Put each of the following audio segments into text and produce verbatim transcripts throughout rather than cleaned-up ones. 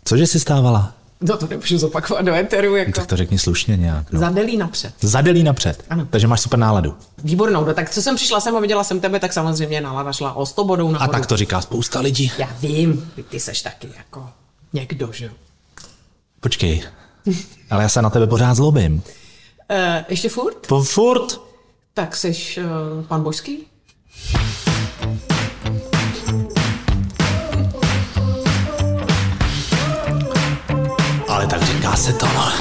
Cože jsi stávala? No to nemůžu zopakovat do éteru. Jako... Tak to řekni slušně nějak. No. Zadelí napřed. Zadelí napřed. Ano. Takže máš super náladu. Výbornou. No, tak co jsem přišla sem a viděla jsem tebe, tak samozřejmě nálada šla o sto bodů nahoru. A tak to říká spousta lidí. Já vím, ty seš taky jako někdo, že jo. Počkej, ale já se na tebe pořád zlobím. Uh, ještě furt? Po furt? Tak seš uh, pan Božský? Ale tak říká se to, no.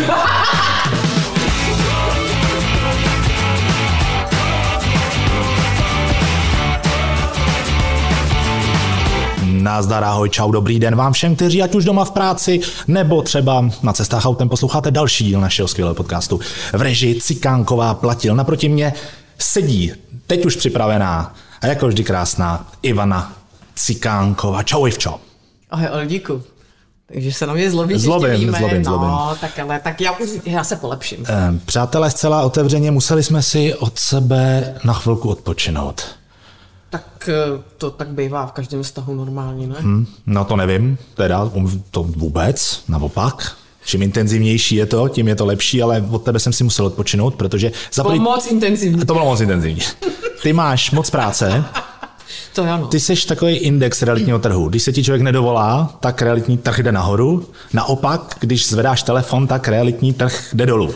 Nazdar, ahoj, čau, dobrý den vám všem, kteří ať už doma v práci, nebo třeba na cestách autem posloucháte další díl našeho skvělého podcastu. V režii Cikánková Platil. Naproti mě sedí, teď už připravená a jako vždy krásná Ivana Cikánková. Čau, Ivčo. Ahoj, Oldíku. Takže se na mě zlobíš, zlobím, ještě víme. zlobím, no, zlobím. tak ale, tak já, já se polepším. Eh, přátelé, zcela otevřeně museli jsme si od sebe na chvilku odpočinout. Tak to tak bývá v každém vztahu normální, ne? Hmm, no to nevím, teda to vůbec, naopak. Čím intenzivnější je to, tím je to lepší, ale od tebe jsem si musel odpočinout, protože... To bylo moc intenzivní. To bylo moc intenzivní. Ty máš moc práce. To ano. Ty seš takový index realitního trhu. Když se ti člověk nedovolá, tak realitní trh jde nahoru. Naopak, když zvedáš telefon, tak realitní trh jde dolů.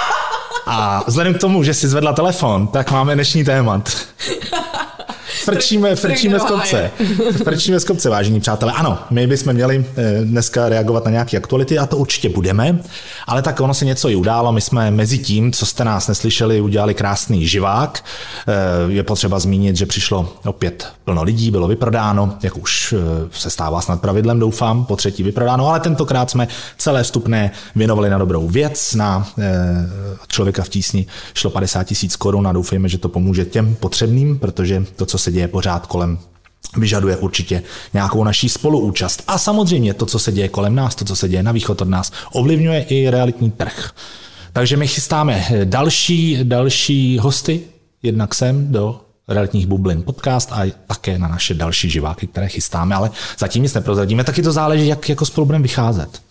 A vzhledem k tomu, že jsi zvedla telefon, tak máme dnešní témat. Frčíme, frčíme z kopce. Frčíme z kopce, vážení přátelé. Ano, my bychom měli dneska reagovat na nějaké aktuality a to určitě budeme, ale tak ono se něco i událo. My jsme mezi tím, co jste nás neslyšeli, udělali krásný živák. Je potřeba zmínit, že přišlo opět plno lidí, bylo vyprodáno, jak už se stává snad pravidlem, doufám, po třetí vyprodáno, ale tentokrát jsme celé vstupné věnovali na dobrou věc, na Člověka v tísni šlo padesát tisíc korun a doufejme, že to pomůže těm potřebným, protože to, co se děje pořád kolem, vyžaduje určitě nějakou naší spoluúčast. A samozřejmě to, co se děje kolem nás, to, co se děje na východ od nás, ovlivňuje i realitní trh. Takže my chystáme další, další hosty, jednak sem do Realitních bublin podcast a také na naše další živáky, které chystáme, ale zatím nic neprozradíme, taky to záleží, jak jako spolu budeme vycházet.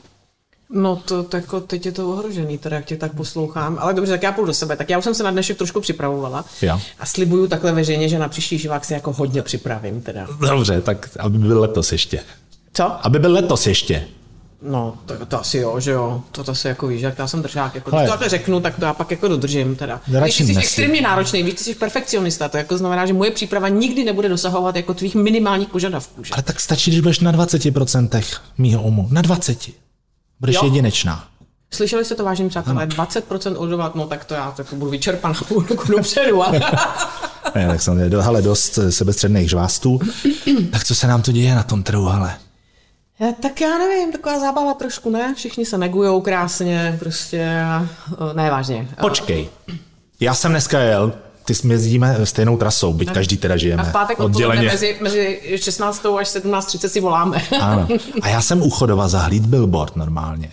No to, to jako teď je to ohrožený, teda jak tě tak poslouchám, ale dobře, tak já půjdu do sebe. Tak já už jsem se na dnešek trošku připravovala ja. A slibuju takhle veřejně, že na příští živák se jako hodně připravím teda. Dobře, tak aby byl letos ještě. Co? Aby byl letos ještě. No, to, to asi jo, že jo, to zase jako víš, jak já jsem držák, jako, když to takhle řeknu, tak to já pak jako dodržím teda. Když ty jsi extrémně náročný, víš, ty jsi perfekcionista, to jako znamená, že moje příprava nikdy nebude dosahovat jako tvých minimálních požadavků, že? Ale tak stačí, když budeš na dvacet procent mýho umu, na dvacet. Budeš jo. jedinečná. Slyšeli jste to, vážení přátelé, dvacet procent odovat, no tak to já tak budu vyčerpan na půl roku dopředu. Ale... ne, tak jsem hele, dost sebestředných žvástů. Tak co se nám to děje na tom trhu, hele? Já, tak já nevím, taková zábava trošku, ne? Všichni se negujou krásně, prostě, ne, vážně. Počkej, já jsem dneska jel, ty jsme jezdíme stejnou trasou, byť každý teda žijeme. A v pátek odpoledne mezi, mezi šestnáctou až sedmnáct třicet si voláme. Ano. A já jsem u Chodova zahlíd billboard normálně.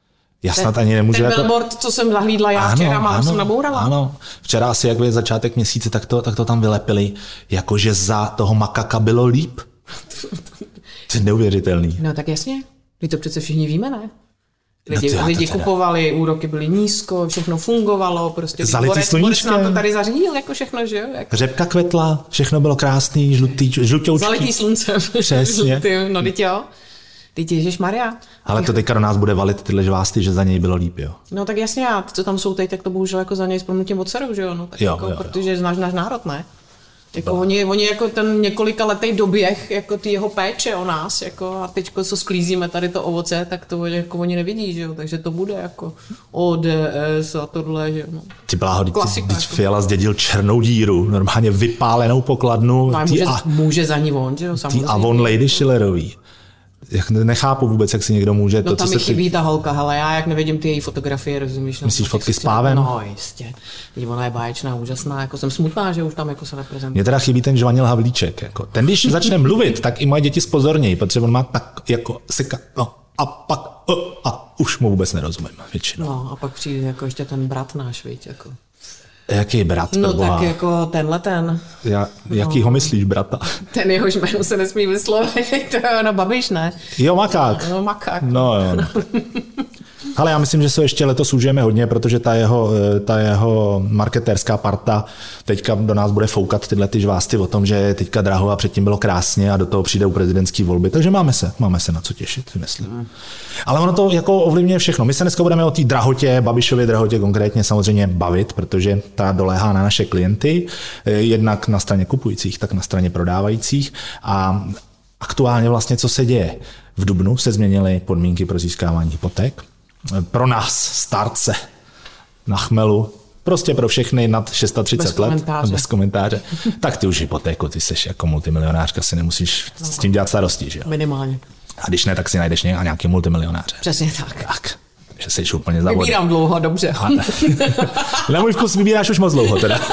Já snad ani nemůžu... Ten jako... billboard, co jsem zahlídla já ano, včera, mám jsem nabourala. Ano, včera asi jak je začátek měsíce, tak to, tak to tam vylepili, jakože za toho makaka bylo líp. To je neuvěřitelný. No tak jasně, my to přece všichni víme, ne? Lidi, no lidi kupovali, úroky byly nízko, všechno fungovalo, prostě Zalitý sluníčkem. Borec nám to tady zařídil, jako všechno, že jo? Jak... Řepka kvetla, všechno bylo krásný, žlutý, žlutoučky. Zalitý sluncem. Přesně. Žlutý, no teď jo. Teď ježišmarja. Ale to teďka do nás bude valit tyhle žvásty, že za něj bylo líp, jo? No tak jasně, a ty, co tam jsou teď, tak to bohužel jako za něj s proměnutím od dceru, že jo? No, tak jo, jako, jo, protože jo. znáš náš národ, ne? Jako oni, oni jako ten několika letý doběh, jako ty jeho péče o nás, jako a teď, co sklízíme tady to ovoce, tak to jako oni nevidí, že jo, takže to bude jako O D S a tohle, že no. Ty bláho, Klasika, teď jako. Fiala zdědil černou díru, normálně vypálenou pokladnu. No, může, a, může za ní on, že jo, samozřejmě. Ty Avon Lady Schillerový. Nechápu vůbec, jak si někdo může... No to, tam co mi se chybí ty... ta holka, hele, já jak nevidím ty její fotografie, rozumíš? Myslíš no, fotky s pávem? No jistě, ona je báječná, úžasná, jako jsem smutná, že už tam jako se neprezentuje. Mně teda chybí ten Žvanil Havlíček, jako. Ten, když začne mluvit, tak i moje děti spozornějí, protože on má tak jako seka, no, a pak uh, a už mu vůbec nerozumím většinou. No a pak přijde jako ještě ten brat náš, víš, jako... Jaký brat? No Boha? tak jako tenhle ten. Já, jaký no. ho myslíš, brata? Ten jehož jméno se nesmí vyslovit, to je ono Babiš, ne? Jo, Makák. No, Makák. No jo. No. Ale já myslím, že se ještě letos užijeme hodně, protože ta jeho, ta jeho marketérská parta teďka do nás bude foukat tyhle ty žvásty o tom, že je teďka draho a předtím bylo krásně a do toho přijdou prezidentský volby. Takže máme se, máme se na co těšit, myslím. Ale ono to jako ovlivňuje všechno. My se dneska budeme o té drahotě, Babišově drahotě konkrétně samozřejmě bavit, protože ta doléhá na naše klienty, jednak na straně kupujících, tak na straně prodávajících. A aktuálně vlastně co se děje? V dubnu se změnily podmínky pro získávání hypoték. Pro nás, starce, na chmelu, prostě pro všechny nad třicet šest Bez let, komentáře. bez komentáře, tak ty už hypotéku, ty seš jako multimilionářka, si nemusíš no. s tím dělat starosti, že jo? Minimálně. A když ne, tak si najdeš nějaký multimilionáře. Přesně tak. Tak, že jsi úplně zavodil. Vybírám dlouho, dobře. A, na můj vkus vybíráš už moc dlouho teda.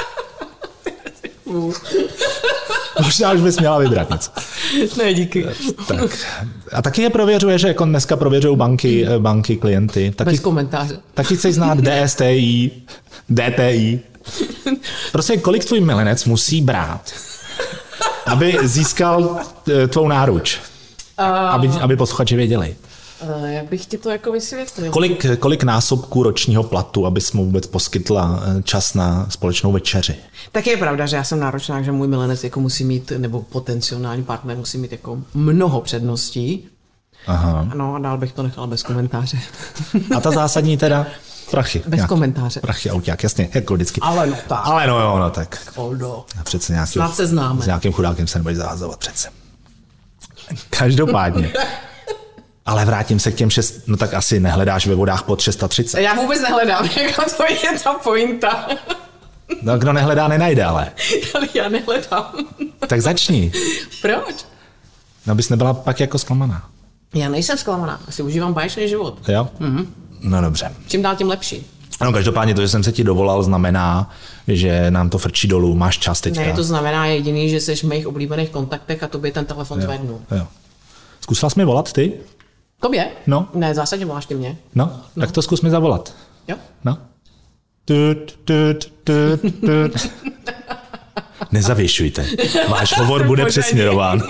Možná už bys měla vybrat něco. Ne, díky. Tak. A taky je prověřuje, že jako dneska prověřují banky, banky klienty. Taky, Bez komentáře. Taky chceš znát D S T I, D T I. Prostě kolik tvůj milenec musí brát, aby získal tvou náruč. Uh, aby, aby posluchači věděli. Uh, jak bych ti to jako vysvětlil? Kolik, kolik násobků ročního platu, abys mu vůbec poskytla čas na společnou večeři? Tak je pravda, že já jsem náročná, že můj milenec jako musí mít, nebo potenciální partner musí mít jako mnoho předností. Aha. Ano, a dál bych to nechala bez komentáře. A ta zásadní teda? Prachy. Bez nějaký. Komentáře. Prachy, auták, jasně, jako vždycky. Ale no tak. Ale no jo, no tak. Oldo. A přece nějaký, Snad se známe. S nějakým chudákem se nebudeš zahazovat přece. Každopádně. Ale vrátím se k těm šest, no tak asi nehledáš ve vodách pod tři sta třicet. Já vůbec nehledám, jako to je ta pointa. No kdo nehledá, nenajde, ale. Ale já nehledám. Tak začni. Proč? No bys nebyla pak jako zklamaná. Já nejsem zklamaná, asi užívám báječný život. Jo? Mm-hmm. No dobře. Čím dál tím lepší. No každopádně to, že jsem se ti dovolal, znamená, že nám to frčí dolů, máš čas teďka. Ne, to znamená jediný, že jsi v mých oblíbených kontaktech a tobě ten telefon zvednu. Jo. Zkusila jsi mi volat ty? Tobě? No. Ne, zásadně voláš ty mě. No, no, tak to zkus mi zavolat. Jo? No. Tut, tut, tut, tut. Nezavěšujte. Váš hovor bude přesměrován.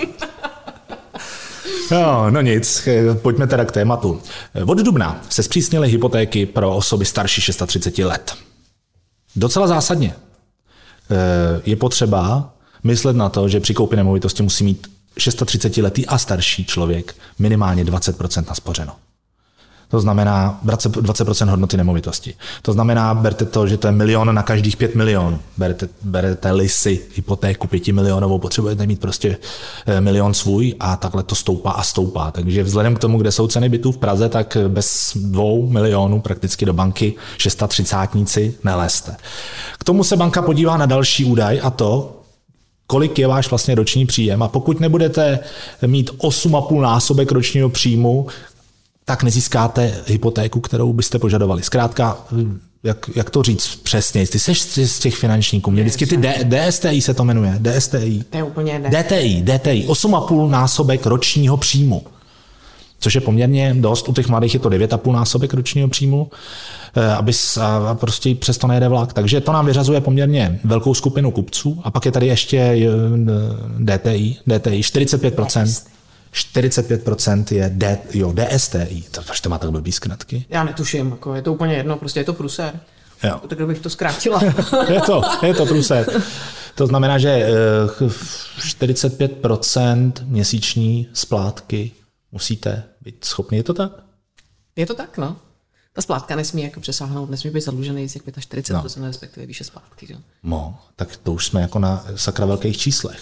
No, no nic, pojďme teda k tématu. Od dubna se zpřísnily hypotéky pro osoby starší třicet šest let. Docela zásadně. Je potřeba myslet na to, že při koupi nemovitosti musí mít třicetišestiletý a starší člověk minimálně dvacet procent naspořeno. To znamená dvacet procent hodnoty nemovitosti. To znamená, berte to, že to je milion na každých pět milionů. Berete, berete-li si hypotéku pětimilionovou, potřebujete mít prostě milion svůj a takhle to stoupá a stoupá. Takže vzhledem k tomu, kde jsou ceny bytů v Praze, tak bez dvou milionů prakticky do banky šestadřicátníci nelezte. K tomu se banka podívá na další údaj a to, kolik je váš vlastně roční příjem. A pokud nebudete mít osm a půl násobek ročního příjmu, tak nezískáte hypotéku, kterou byste požadovali. Zkrátka, jak, jak to říct přesně, ty seš z těch finančníků, mě vždycky ty D, DSTI se to jmenuje, DSTI. To je úplně ne. DTI, DTI, osm a půl násobek ročního příjmu. Což je poměrně dost, u těch mladých je to devět a půl násobek ročního příjmu, aby a prostě přesto nejede vlak. Takže to nám vyřazuje poměrně velkou skupinu kupců. A pak je tady ještě DTI, DTI čtyřicet pět procent. čtyřicet pět procent je D, jo, DSTI. To, proč to má tak blbý zkratky? Já netuším, jako je to úplně jedno, prostě je to průser. Jo. Tak bych to zkrátila. je to, je to průser. To znamená, že čtyřicet pět procent měsíční splátky musíte být schopni. Je to tak? Je to tak, no. Ta splátka nesmí jako přesáhnout, nesmí být zadlužený víc jak čtyřicet procent, no. Respektive výše splátky. Jo. No, tak to už jsme jako na sakra velkých číslech.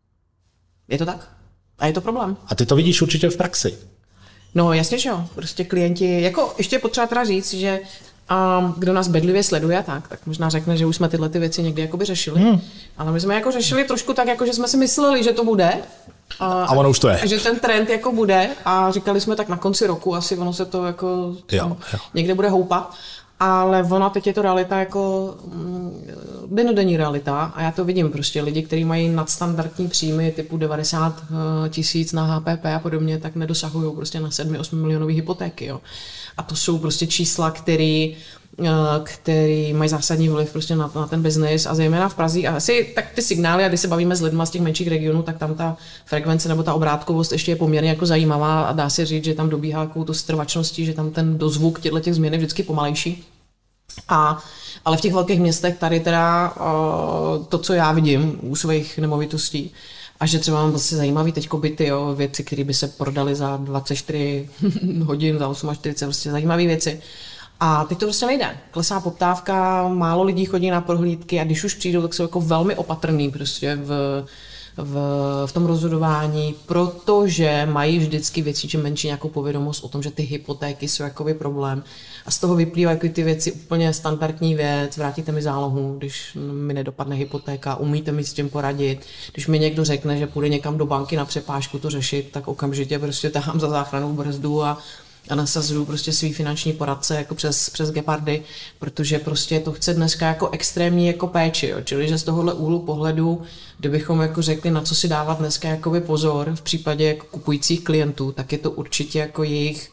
Je to tak? A je to problém. A ty to vidíš určitě v praxi. No jasně, že jo. Prostě klienti, jako ještě je potřeba teda říct, že um, kdo nás bedlivě sleduje, tak, tak možná řekne, že už jsme tyhle ty věci někdy jakoby řešili. Hmm. Ale my jsme jako řešili trošku tak, jako že jsme si mysleli, že to bude. A, a ono už to je. A že ten trend jako bude a říkali jsme tak na konci roku, asi ono se to jako jo, jo. někde bude houpat. Ale ona teď je to realita jako denodenní realita a já to vidím prostě lidi, kteří mají nadstandardní příjmy typu devadesát tisíc na H P P a podobně, tak nedosahují prostě na sedm osm milionový hypotéky. Jo. A to jsou prostě čísla, které který mají zásadní vliv prostě na, na ten biznis a zejména v Praze. A asi tak ty signály, a když se bavíme s lidmi z těch menších regionů, tak tam ta frekvence nebo ta obrátkovost ještě je poměrně jako zajímavá a dá se říct, že tam dobíhá takovou tu strvačností, že tam ten dozvuk těchto těch změn je vždycky pomalejší. A, ale v těch velkých městech tady teda uh, to, co já vidím u svých nemovitostí, a že třeba mám vlastně zajímavý teďko byty, jo, věci, které by se prodaly za dvacet čtyři hodin, za čtyřicet osm, prostě zajímavé věci. A teď to prostě nejde. Klesá poptávka, málo lidí chodí na prohlídky a když už přijdou, tak jsou jako velmi opatrný prostě v, v, v tom rozhodování, protože mají vždycky větší či menší nějakou povědomost o tom, že ty hypotéky jsou jakoby problém. A z toho vyplývají jako ty věci úplně standardní věc, vrátíte mi zálohu, když mi nedopadne hypotéka, umíte mi s tím poradit. Když mi někdo řekne, že půjde někam do banky na přepážku to řešit, tak okamžitě prostě tahám za záchrannou brzdu a a nasazuju prostě svý finanční poradce jako přes, přes Gepardy, protože prostě to chce dneska jako extrémní jako péči, jo. Čili že z tohohle úhlu pohledu, kdybychom jako řekli, na co si dávat dneska jakoby pozor v případě jako kupujících klientů, tak je to určitě jako jejich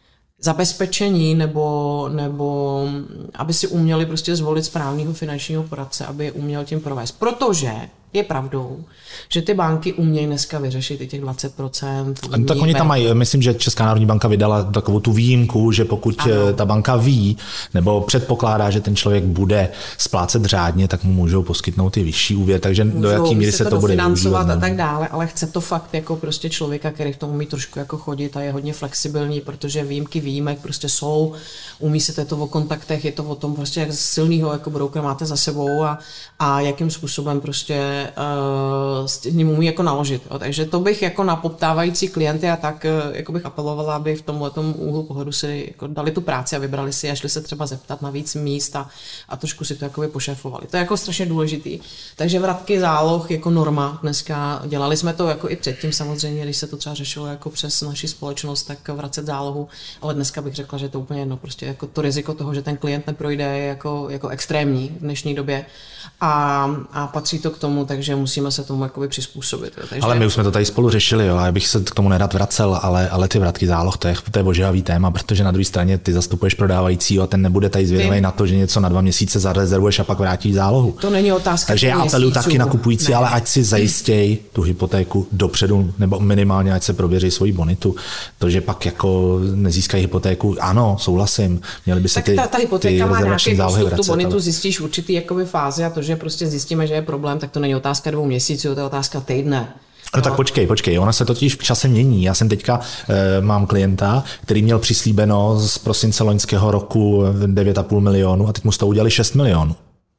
zabezpečení nebo, nebo aby si uměli prostě zvolit správného finančního poradce, aby je uměl tím provést. Protože je pravdou, že ty banky umějí dneska vyřešit i těch dvacet procent. Tak oni tam mají, myslím, že Česká národní banka vydala takovou tu výjimku, že pokud ano. ta banka ví nebo předpokládá, že ten člověk bude splácet řádně, tak mu můžou poskytnout i vyšší úvěr, takže můžou, do jaký míry se to, to bude financovat a tak dále, ale chce to fakt jako prostě člověka, který v tom umí trošku jako chodit a je hodně flexibilní, protože výjimky výjimek prostě jsou, umí se to o kontaktech, je to o tom prostě, jak silnýho jako broker máte za sebou a, a jakým způsobem prostě uh, s ním umí jako naložit. Jo. Takže to bych jako na poptávající klienty a tak uh, jako bych apelovala, aby v tomhletom úhlu pohledu si jako dali tu práci a vybrali si a šli se třeba zeptat na víc míst a, a trošku si to jako pošéfovali. To je jako strašně důležitý. Takže vratky záloh jako norma dneska. Dělali jsme to jako i předtím samozřejmě, když se to třeba řešilo jako přes naši společnost, tak vracet zálohu, ale dneska bych řekla, že to úplně jedno. Prostě jako to riziko toho, že ten klient neprojde, je jako, jako extrémní v dnešní době. A, a patří to k tomu, takže musíme se tomu jakoby přizpůsobit. Jo. Takže ale my už jsme to tady spolu řešili, jo, a já bych se k tomu nerad vracel, ale, ale ty vratky záloh, to je, to je ožehavý téma, protože na druhé straně ty zastupuješ prodávajícího a ten nebude tady zvědavý na to, že něco na dva měsíce zarezervuješ a pak vrátíš zálohu. To není otázka. Takže já apeluji taky na kupující, ne. ale ať si zajistěj tu hypotéku dopředu, nebo minimálně ať se prověří svoji bonitu. To, že pak jako nezískají hypotéku, ano, souhlasím, měli by se tak ty, ta, ta hypotéka ty má nějaký postup, tu bonitu ale... zjistíš v určitý jakoby fázi a to, že prostě zjistíme, že je problém, tak to není otázka dvou měsíců, to je otázka týdne. No tak počkej, počkej, ona se totiž v čase mění. Já jsem teďka e, mám klienta, který měl přislíbeno z prosince loňského roku devět a půl milionu a teď mu z toho udělali šest milionů.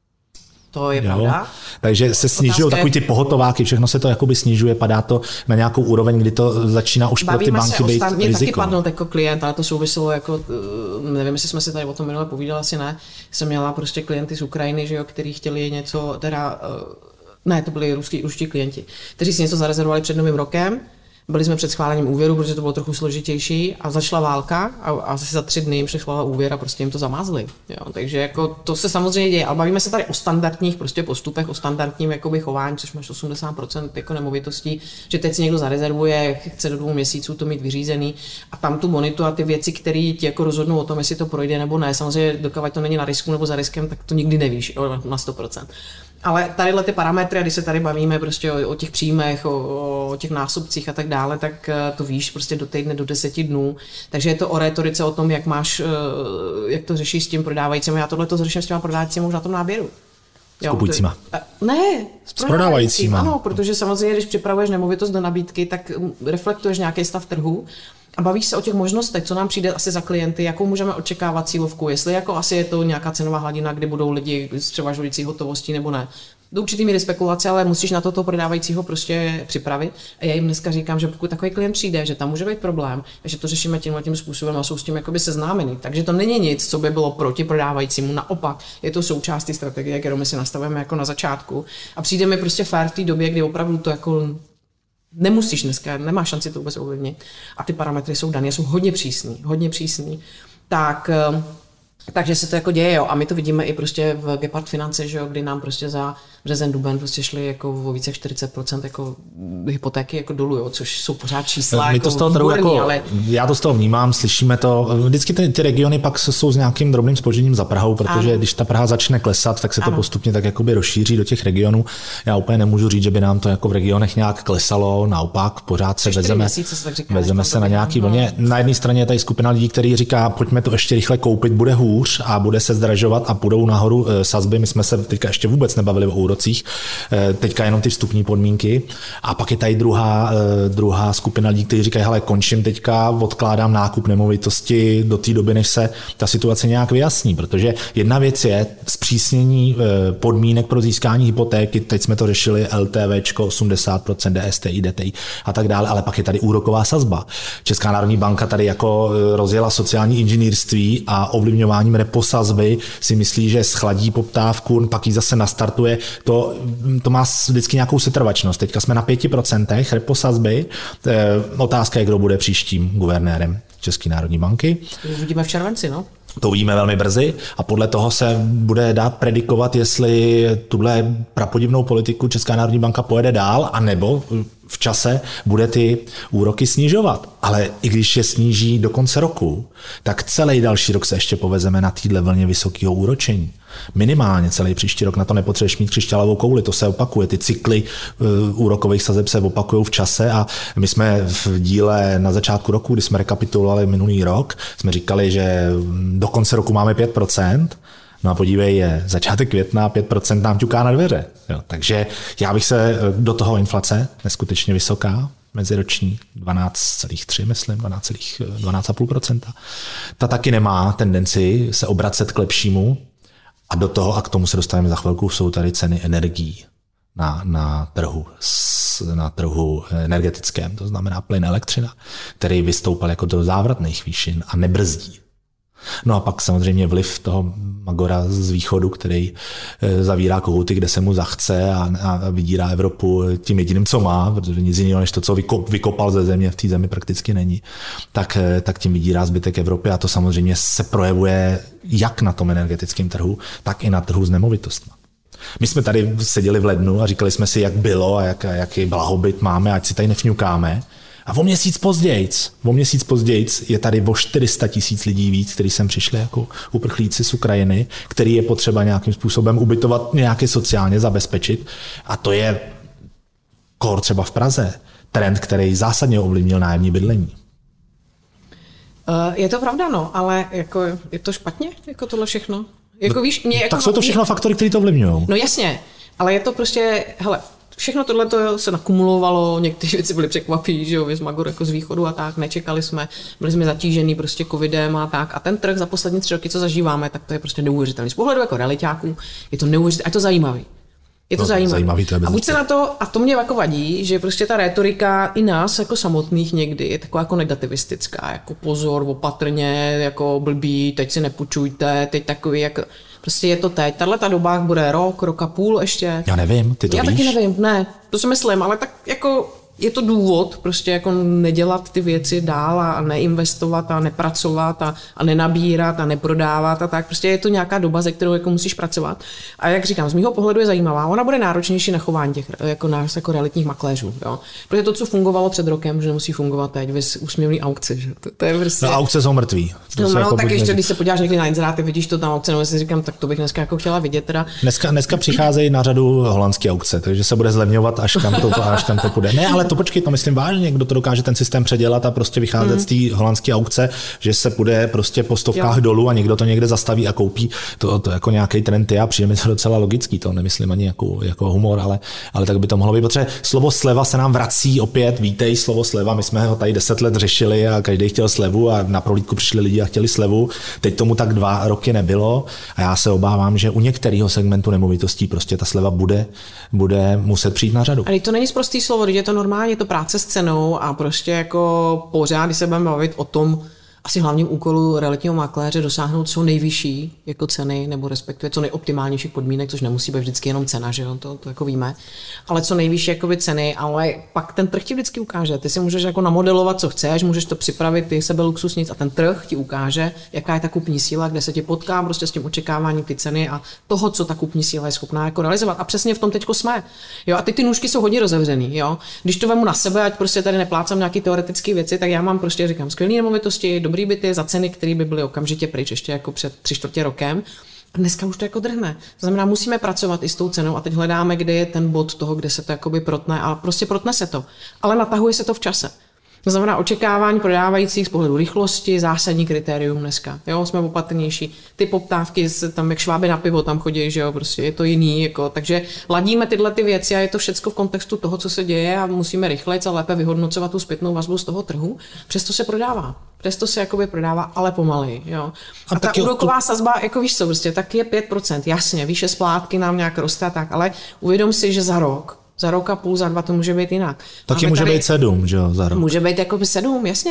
To je jo. pravda. Takže se snižují takový ty pohotováky, všechno se to jakoby snižuje, padá to na nějakou úroveň, kdy to začíná už pro ty banky být riziko. Mě taky padl jako klient, ale to souviselo jako, nevím, jestli jsme si tady o tom minule povídali, asi ne. Jsem měla prostě klienty z Ukrajiny, že jo, kteří chtěli něco, teda, ne, to byli ruští, ruští klienti, kteří si něco zarezervovali před novým rokem. Byli jsme před schválením úvěru, protože to bylo trochu složitější a začala válka a asi za tři dny jim přeschválila úvěr a prostě jim to zamázli. Jo, takže jako to se samozřejmě děje, ale bavíme se tady o standardních prostě postupech, o standardním jakoby chování, což máš osmdesát procent jako nemovitostí, že teď si někdo zarezervuje, chce do dvou měsíců to mít vyřízený a tam tu bonitu a ty věci, které ti jako rozhodnou o tom, jestli to projde nebo ne. Samozřejmě dokud to není na risku nebo za riskem, tak to nikdy nevíš jo, na sto procent. Ale tadyhle ty parametry, když se tady bavíme prostě o, o těch příjmech, o, o těch násobcích a tak dále, tak to víš prostě do týdne, do deseti dnů. Takže je to o rétorice, o tom, jak máš, jak to řešíš s tím prodávajícím. Já tohle to řeším s těma prodávajícíma už na tom náběru. S kupujícíma? Ne, s prodávajícíma. Ano, protože samozřejmě, když připravuješ nemovitost do nabídky, tak reflektuješ nějaký stav trhu. A bavíš se o těch možnostech, co nám přijde asi za klienty, jakou můžeme očekávat cílovku, jestli jako asi je to nějaká cenová hladina, kdy budou lidi s převažující hotovostí nebo ne. Do určitý míry spekulace, ale musíš na toto prodávajícího prostě připravit. A já jim dneska říkám, že pokud takový klient přijde, že tam může být problém, že to řešíme tímhle tím způsobem a jsou s tím jakoby seznámeni. Takže to není nic, co by bylo proti prodávajícímu. Naopak, je to součástí strategie, kterou my si nastavujeme jako na začátku. A přijde mi prostě fér v té době, kdy opravdu to jako nemusíš dneska, nemáš šanci to vůbec ovlivnit. A ty parametry jsou dané, jsou hodně přísný, hodně přísný. Tak, takže se to jako děje, jo. A my to vidíme i prostě v Gepard Finance, že jo, kdy nám prostě za březen, duben prostě šly jako o více čtyřicet procent jako hypotéky jako dolů, jo, což jsou pořád čísla. My jako to z toho trhu jako, ale... Já to z toho vnímám, slyšíme to. Vždycky ty, ty regiony pak jsou s nějakým drobným zpožděním za Prahou, protože ano. když ta Praha začne klesat, tak se to ano. postupně tak jakoby rozšíří do těch regionů. Já úplně nemůžu říct, že by nám to jako v regionech nějak klesalo, naopak pořád se vezeme, měsíce, se, říká, vezeme se na nějaký vlně. Na jedné straně je tady skupina lidí, kteří říká, pojďme to ještě rychle koupit, bude hůř a bude se zdražovat a půjdou nahoru sazby. My jsme se teďka ještě vůbec nebavili o úrocích, teďka jenom ty vstupní podmínky. A pak je tady druhá, druhá skupina lidí, kteří říkají, hele, končím teďka, odkládám nákup nemovitosti do té doby, než se ta situace nějak vyjasní, protože jedna věc je zpřísnění podmínek pro získání hypotéky, teď jsme to řešili LTVčko, osmdesát procent D S T I, D T I a tak dále, ale pak je tady úroková sazba. Česká národní banka tady jako rozjela sociální inženýrství a ovlivňováním repo sazby si myslí, že schladí poptávku, pak ji zase nastartuje. To, to má vždycky nějakou setrvačnost. Teďka jsme na pěti procentech repo sazby. Otázka je, kdo bude příštím guvernérem České národní banky. Uvidíme v červenci, no? To uvidíme velmi brzy a podle toho se bude dát predikovat, jestli tuhle prapodivnou politiku Česká národní banka pojede dál, anebo v čase bude ty úroky snižovat. Ale i když je sníží do konce roku, tak celý další rok se ještě povezeme na téhle vlně vysokého úročení. Minimálně celý příští rok na to nepotřebuješ mít křišťálovou kouli, to se opakuje. Ty cykly uh, úrokových sazeb se opakují v čase a my jsme v díle na začátku roku, kdy jsme rekapitulovali minulý rok, jsme říkali, že do konce roku máme pět procent. No a podívej, je začátek května, pět procent nám ťuká na dveře. Jo, takže já bych se do toho inflace, neskutečně vysoká, meziroční dvanáct celá tři, myslím, dvanáct celá pět procenta. Ta taky nemá tendenci se obracet k lepšímu a do toho, a k tomu se dostaneme za chvilku, jsou tady ceny energií na, na trhu, na trhu energetickém, to znamená plyn, elektřina, který vystoupal jako do závratných výšin a nebrzdí. No a pak samozřejmě vliv toho Magora z východu, který zavírá kohouty, kde se mu zachce a, a vydírá Evropu tím jediným, co má, protože nic jiného než to, co vykop, vykopal ze země, v té zemi prakticky není, tak, tak tím vydírá zbytek Evropy a to samozřejmě se projevuje jak na tom energetickém trhu, tak i na trhu s nemovitostmi. My jsme tady seděli v lednu a říkali jsme si, jak bylo a jak, jaký blahobyt máme, ať si tady nevňukáme. A o měsíc pozdějc, o měsíc pozdějc je tady o čtyři sta tisíc lidí víc, kteří sem přišli jako uprchlíci z Ukrajiny, který je potřeba nějakým způsobem ubytovat, nějaké sociálně zabezpečit. A to je kor třeba v Praze. Trend, který zásadně ovlivnil nájemní bydlení. Je to pravda, no, ale jako je to špatně, jako tohle všechno? Jako, víš, mě, jako, tak jsou to všechno mě... faktory, které to ovlivňují. No jasně, ale je to prostě, hele, všechno tohle se nakumulovalo, některé věci byly překvapí, že jo, věc Magor jako z východu a tak, nečekali jsme, byli jsme zatížený prostě covidem a tak. A ten trh za poslední tři roky, co zažíváme, tak to je prostě neuvěřitelný. Z pohledu jako realitáků je to neuvěřitelný, a je to zajímavý. Je to no, zajímavé. zajímavý to je a buď se na to, a to mě jako vadí, že prostě ta rétorika i nás jako samotných někdy je taková jako negativistická, jako pozor, opatrně, jako blbý, teď si nepůjčujte, teď takový, jako prostě je to teď. Tahle ta doba bude rok, rok a půl ještě. Já nevím, ty to Já víš? taky nevím, ne, to si myslím, ale tak jako je to důvod prostě jako nedělat ty věci dál a neinvestovat a nepracovat a, a nenabírat a neprodávat a tak. Prostě je to nějaká doba, ze kterou jako musíš pracovat. A jak říkám, z mýho pohledu je zajímavá. Ona bude náročnější na chování těch jako nás jako realitních makléřů. Jo? Protože to, co fungovalo před rokem, že nemusí fungovat teď, vys úsměvný aukce. Že? To, to je prostě... No, aukce jsou mrtví. No, no jako tak ještě, než... když se podíváš někdy na inzeráty, vidíš to tam aukce, no si říkám, tak to bych dneska jako chtěla vidět. Teda. Dneska, dneska přicházejí na řadu holandské aukce, takže se bude zlevňovat, až tam to, až tam to půjde. Ne, ale to počkej, to myslím vážně, kdo to dokáže ten systém předělat a prostě vycházet mm. z té holandské aukce, že se bude prostě po stovkách jo. dolů a někdo to někde zastaví a koupí. To, to jako nějaký trend je a přijde mi to docela logický, to nemyslím ani jako, jako humor, ale, ale tak by to mohlo být. Protože slovo sleva se nám vrací opět, vítej slovo sleva, my jsme ho tady deset let řešili a každý chtěl slevu a na prohlídku přišli lidi a chtěli slevu. Teď tomu tak dva roky nebylo a já se obávám, že u některého segmentu nemovitostí prostě ta sleva bude, bude muset přijít na řadu. Ale to není prostý slovo, je to normálně, je to práce s cenou a prostě jako pořád, když se budeme bavit o tom, asi hlavním úkolu realitního makléře dosáhnout co nejvyšší jako ceny, nebo respektive co nejoptimálnějších podmínek, což nemusí být vždycky jenom cena, že jo, to, to jako víme, ale co nejvyšší jakoby ceny, ale pak ten trh ti vždycky ukáže. Ty si můžeš jako namodelovat, co chceš, můžeš to připravit, ty sebe luxusnic a ten trh ti ukáže, jaká je ta kupní síla, kde se ti potká prostě s tím očekáváním ty ceny a toho, co ta kupní síla je schopná jako realizovat. A přesně v tom teďko jsme. Jo, a ty ty nůžky jsou hodně rozevřený, jo. Když to vemu na sebe, ať prostě tady neplácám nějaký teoretické věci, tak já mám prostě říkám skvělé nemovitosti, dobrý byty za ceny, které by byly okamžitě pryč ještě jako před tři čtvrtě rokem. A dneska už to jako drhne. To znamená, musíme pracovat i s tou cenou a teď hledáme, kde je ten bod toho, kde se to jakoby protne, a prostě protne se to. Ale natahuje se to v čase. To znamená očekávání prodávajících z pohledu rychlosti, zásadní kritérium dneska. Jo, jsme opatrnější. Ty poptávky, tam jak šváby na pivo tam chodí, že jo, prostě je to jiný, jako, takže ladíme tyhle ty věci a je to všecko v kontextu toho, co se děje a musíme rychleji a lépe vyhodnocovat tu zpětnou vazbu z toho trhu. Přesto se prodává. Přesto se jakoby prodává, ale pomaleji, jo. A, a ta úroková to... sazba, jako víš co, prostě tak je pět procent, jasně, výše splátky nám nějak roste a tak, ale uvědom si, že za rok Za rok a půl, za dva to může být jinak. Taky může být sedm, že jo, za rok. Může být jako by sedm, jasně.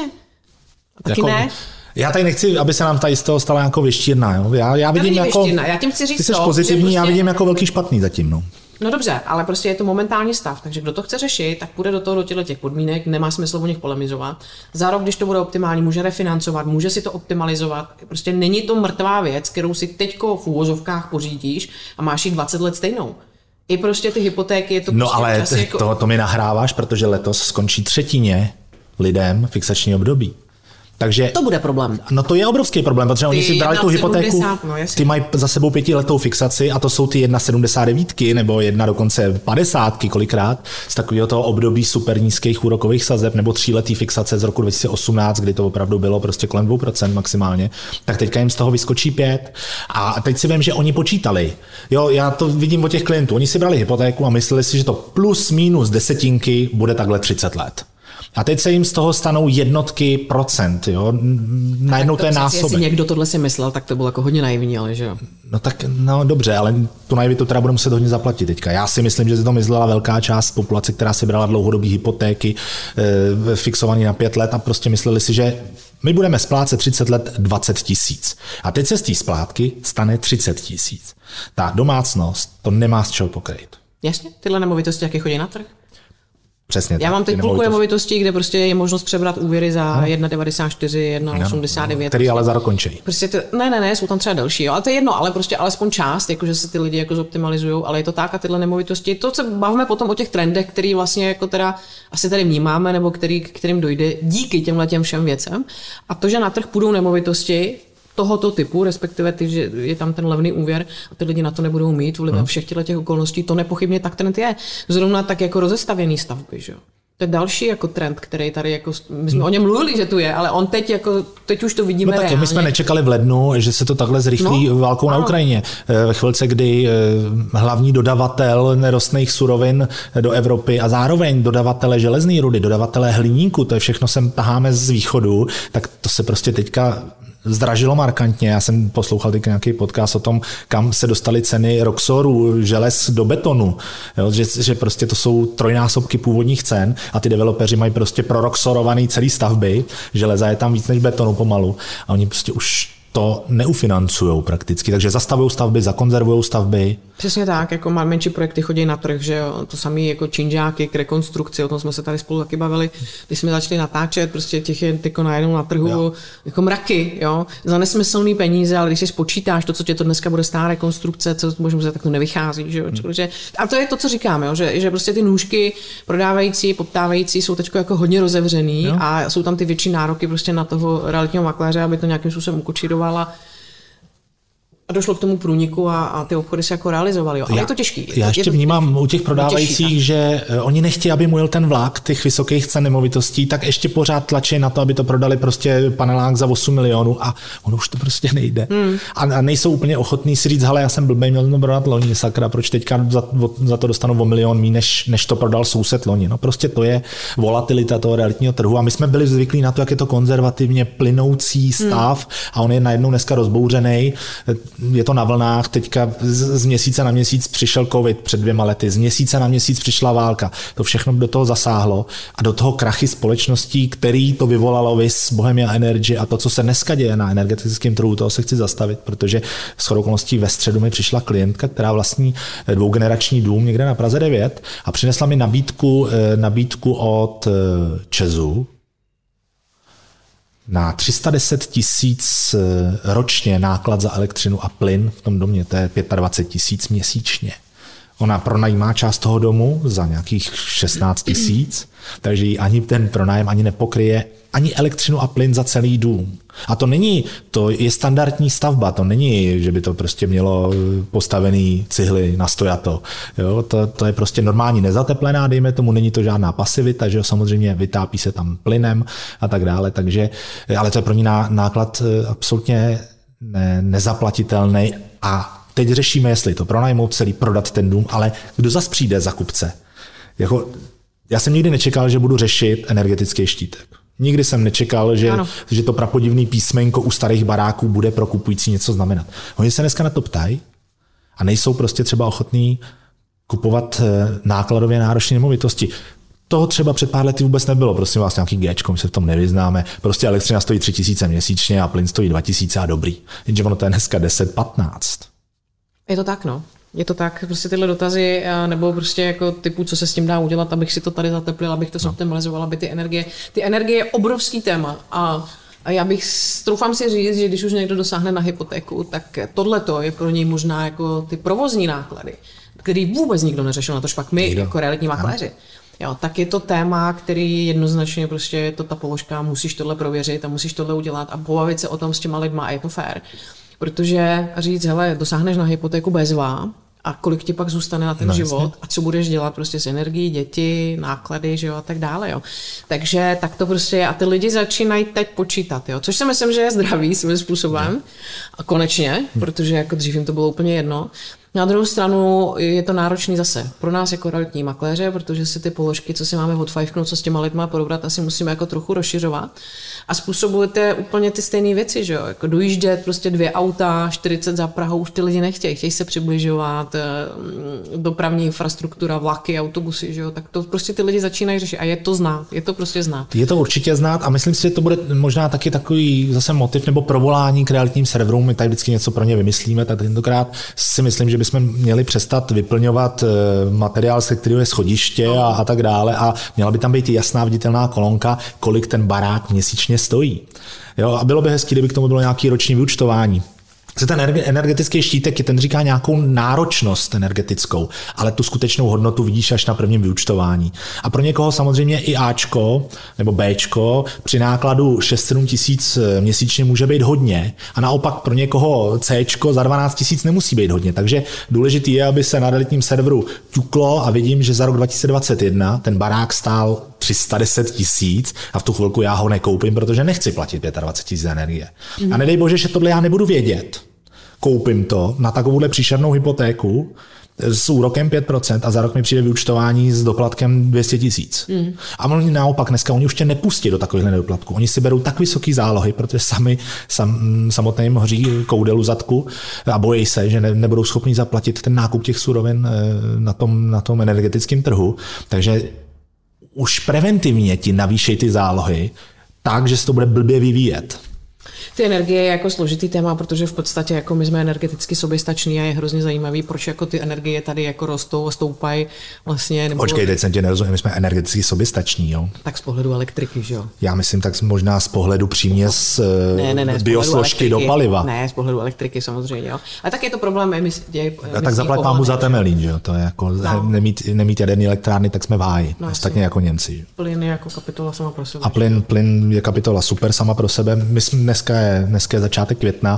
A taky jako, ne. Já tady nechci, aby se nám tady z toho stala jako věštírna, jo. Já, já vidím jako, věštírna. Já tím chci říct ty jsi to, pozitivní, prostě... já vidím jako velký špatný zatím, no. No dobře, ale prostě je to momentální stav, takže kdo to chce řešit, tak půjde do toho do těch podmínek, nemá smysl o nich polemizovat. Za rok, když to bude optimální, může refinancovat, může si to optimalizovat. Prostě není to mrtvá věc, kterou si teďko v úvozovkách pořídíš a máš ji dvacet let stejnou. I prostě ty hypotéky je to no prostě ale t- jako... to, to mi nahráváš, protože letos skončí třetině lidem fixační období. Takže, to bude problém. No to je obrovský problém, protože ty oni si brali tu hypotéku, no, ty mají za sebou pětiletou fixaci a to jsou ty jedna sedmdesát devět nebo jedna dokonce padesátky kolikrát z takového toho období super nízkých úrokových sazeb nebo tříletý fixace z roku dva tisíce osmnáct, kdy to opravdu bylo prostě kolem dvě procenta maximálně, tak teďka jim z toho vyskočí pět a teď si vím, že oni počítali. Jo, já to vidím od těch klientů, oni si brali hypotéku a mysleli si, že to plus minus desetinky bude takhle třicet let. A teď se jim z toho stanou jednotky procent, jo, najednou to, to je násobek. Jestli někdo tohle si myslel, tak to bylo jako hodně naivní, ale že jo. No tak, no dobře, ale tu naivitu teda bude muset hodně zaplatit teďka. Já si myslím, že se to myslela velká část populace, která si brala dlouhodobý hypotéky, e, fixovaný na pět let a prostě mysleli si, že my budeme splácet třicet let dvacet tisíc. A teď se z té splátky stane třicet tisíc. Ta domácnost to nemá z čeho pokryt. Jasně, tyhle nemovitosti, jaké chodí na trh? Přesně já tak, mám teď půlku nemovitostí, kde prostě je možnost přebrat úvěry za no. jedna devadesát čtyři, jedna osmdesát devět. Který ale za rok končí. Prostě ty, ne, ne, ne, jsou tam třeba delší, jo, ale to je jedno, ale prostě alespoň část, jakože se ty lidi jako zoptimalizují, ale je to tak a tyhle nemovitosti, to se bavíme potom o těch trendech, který vlastně jako teda asi tady vnímáme, nebo který, k kterým dojde díky těmhle těm všem věcem. A to, že na trh půjdou nemovitosti tohoto typu, respektive ty, že je tam ten levný úvěr a ty lidi na to nebudou mít vlivem hmm. všech těch okolností, to nepochybně tak trend je. Zrovna tak jako rozestavěný stavby, že jo. To je další jako trend, který tady jako, my jsme hmm. o něm mluvili, že tu je, ale on teď jako, teď už to vidíme no tak reálně. My jsme nečekali v lednu, že se to takhle zrychlí no, válkou ano. na Ukrajině. Ve chvilce, kdy hlavní dodavatel nerostných surovin do Evropy a zároveň dodavatele železné rudy, dodavatele hliníku, to je všechno sem taháme z východu, tak to se prostě teďka zdražilo markantně. Já jsem poslouchal teď nějaký podcast o tom, kam se dostaly ceny Roxoru, želez do betonu. Jo, že, že prostě to jsou trojnásobky původních cen a ty developeři mají prostě proroxorovaný celý stavby. Železa je tam víc než betonu pomalu. A oni prostě už to neufinancujou prakticky, takže zastavují stavby, zakonzervují stavby. Přesně tak, jako menší projekty chodí na trh, že jo, to samé jako činžáky k rekonstrukci, o tom jsme se tady spolu taky bavili, když jsme začali natáčet, prostě těch je tyko najednou na trhu jo. jako mraky, jo, za nesmyslný peníze, ale když si spočítáš to, co tě to dneska bude stát rekonstrukce, co možná tak to nevychází, že jo, hmm. že, a to je to, co říkám, jo, že, že prostě ty nůžky prodávající, poptávající jsou teď jako hodně rozevřený jo. a jsou tam ty větší nároky prostě na toho realitního makléře, aby to nějakým způsobem ukočíroval. A došlo k tomu průniku a, a ty obchody se jako realizovaly. Ale já, je to těžký. Já ještě to, vnímám u těch prodávajících, těžší, že oni nechtějí, aby mu jel ten vlak těch vysokých cen nemovitostí, tak ještě pořád tlačí na to, aby to prodali prostě panelák za osm milionů a ono už to prostě nejde. Hmm. A, a nejsou úplně ochotní si říct, hele, já jsem blbej, měl to prodat loni, sakra, proč teďka za, za to dostanu o milion míň, než, než to prodal soused loni. No prostě to je volatilita toho realitního trhu a my jsme byli zvyklí na to, jak je to konzervativně plynoucí stav hmm. a on je najednou dneska rozbouřený. je to na vlnách, teďka z, z měsíce na měsíc přišel covid před dvěma lety, z měsíce na měsíc přišla válka, to všechno do toho zasáhlo a do toho krachy společností, který to vyvolalo, vis Bohemia Energy a to, co se dneska děje na energetickém trhu, toho se chci zastavit, protože shodou okolností ve středu mi přišla klientka, která vlastní dvougenerační dům někde na Praze devět a přinesla mi nabídku, nabídku od ČEZu na tři sta deset tisíc ročně náklad za elektřinu a plyn v tom domě, to je dvacet pět tisíc měsíčně. Ona pronajímá část toho domu za nějakých šestnáct tisíc, takže ji ani ten pronájem ani nepokryje ani elektřinu a plyn za celý dům. A to není, to je standardní stavba, to není, že by to prostě mělo postavený cihly na stojato. Jo, to, to je prostě normální nezateplená, dejme tomu, není to žádná pasivita, že jo, samozřejmě vytápí se tam plynem a tak dále, takže, ale to je pro ní náklad absolutně ne, nezaplatitelný a teď řešíme, jestli to pronajmout celý, prodat ten dům, ale kdo zas přijde za kupce? Jako, já jsem nikdy nečekal, že budu řešit energetický štítek. Nikdy jsem nečekal, že, že to prapodivný písmenko u starých baráků bude pro kupující něco znamenat. Oni se dneska na to ptají a nejsou prostě třeba ochotní kupovat nákladově náročné nemovitosti. Toho třeba před pár lety vůbec nebylo, prosím vás, nějaký Gčko, my se v tom nevyznáme. Prostě elektřina stojí tři tisíce měsíčně a plyn stojí dva tisíce a dobrý. Jenže ono to je dneska deset patnáct. Je to tak, no. Je to tak, prostě tyhle dotazy, nebo prostě jako typu, co se s tím dá udělat, abych si to tady zateplil, abych to zoptimalizoval, aby ty energie, ty energie je obrovský téma a, a já bych, troufám si říct, že když už někdo dosáhne na hypotéku, tak tohleto je pro něj možná jako ty provozní náklady, který vůbec nikdo neřešil, na tož pak my nikdo. Jako realitní makléři. Jo, tak je to téma, který jednoznačně prostě je to ta položka, musíš tohle prověřit a musíš tohle udělat a pobavit se o tom s těma lidma a je to fér. Protože říct, hele, dosáhneš na hypotéku bezvá a kolik ti pak zůstane na ten no, život jasně. A co budeš dělat prostě s energií, děti, náklady, že jo, a tak dále, jo. Takže tak to prostě je a ty lidi začínají teď počítat, jo, což si myslím, že je zdravý svým způsobem no. A konečně, protože jako dřív jim to bylo úplně jedno. Na druhou stranu je to náročný zase pro nás jako realitní makléře, protože si ty položky, co si máme odfajfknout, co s těma lidma probrat, asi musíme jako trochu rozšiřovat. A způsobujete úplně ty stejné věci, že jo? Jako dojíždět prostě dvě auta, čtyřicet za Prahou, už ty lidi nechtějí, chtějí se přibližovat, dopravní infrastruktura, vlaky, autobusy, že jo? Tak to prostě ty lidi začínají řešit a je to znát, je to prostě znát. Je to určitě znát a myslím si, že to bude možná taky takový zase motiv nebo provolání k realitním serverům, my tady vždycky něco pro ně vymyslíme, tak tentokrát si myslím, že bychom měli přestat vyplňovat materiál, se kterého je schodiště a, a tak dále a měla by tam být jasná viditelná kolonka, kolik ten barák měsíčně stojí. Jo, a bylo by hezký, kdyby k tomu bylo nějaké roční vyúčtování. Ten energetický štítek je ten říká nějakou náročnost energetickou, ale tu skutečnou hodnotu vidíš až na prvním vyúčtování. A pro někoho samozřejmě i Ačko nebo Bčko při nákladu šest sedm tisíc měsíčně může být hodně a naopak pro někoho Cčko za dvanáct tisíc nemusí být hodně. Takže důležitý je, aby se na realitním serveru ťuklo a vidím, že za rok dva tisíce dvacet jedna ten barák stál tři sta deset tisíc a v tu chvilku já ho nekoupím, protože nechci platit dvacet pět tisíc energie. Mm. A nedej bože, že tohle já nebudu vědět. Koupím to na takovouhle příšernou hypotéku s úrokem pět procent a za rok mi přijde vyúčtování s doplatkem dvě stě tisíc. Mm. A oni naopak dneska, oni už tě nepustí do takovýchhle nedoplatku. Oni si berou tak vysoký zálohy, protože sami sam, samotné jim hoří koudelu zadku a bojí se, že ne, nebudou schopni zaplatit ten nákup těch surovin na tom, na tom energetickém trhu. Takže už preventivně ti navýšej ty zálohy tak, že se to bude blbě vyvíjet. Ty energie je jako složitý téma, protože v podstatě jako my jsme energeticky soběstační a je hrozně zajímavý, proč jako ty energie tady jako rostou a stoupají vlastně. Nebo... Počkej, teď jsem tě nerozuměl, my jsme energeticky soběstační, jo? Tak z pohledu elektriky, že jo? Já myslím tak možná z pohledu přímě z, ne, ne, ne, z biosložky do paliva. Ne, z pohledu elektriky samozřejmě, jo. A tak je to problém emisí. A tak zaplať pámu za Temelín, že jo? To je jako no. nemít, nemít jaderný elektrárny, tak jsme v háji. No, ostatně jako Němci. Že? Plyn je jako kapitola sama pro sebe. A plyn, plyn je kapitola super sama pro sebe. My jsme dneska je, dneska je začátek května.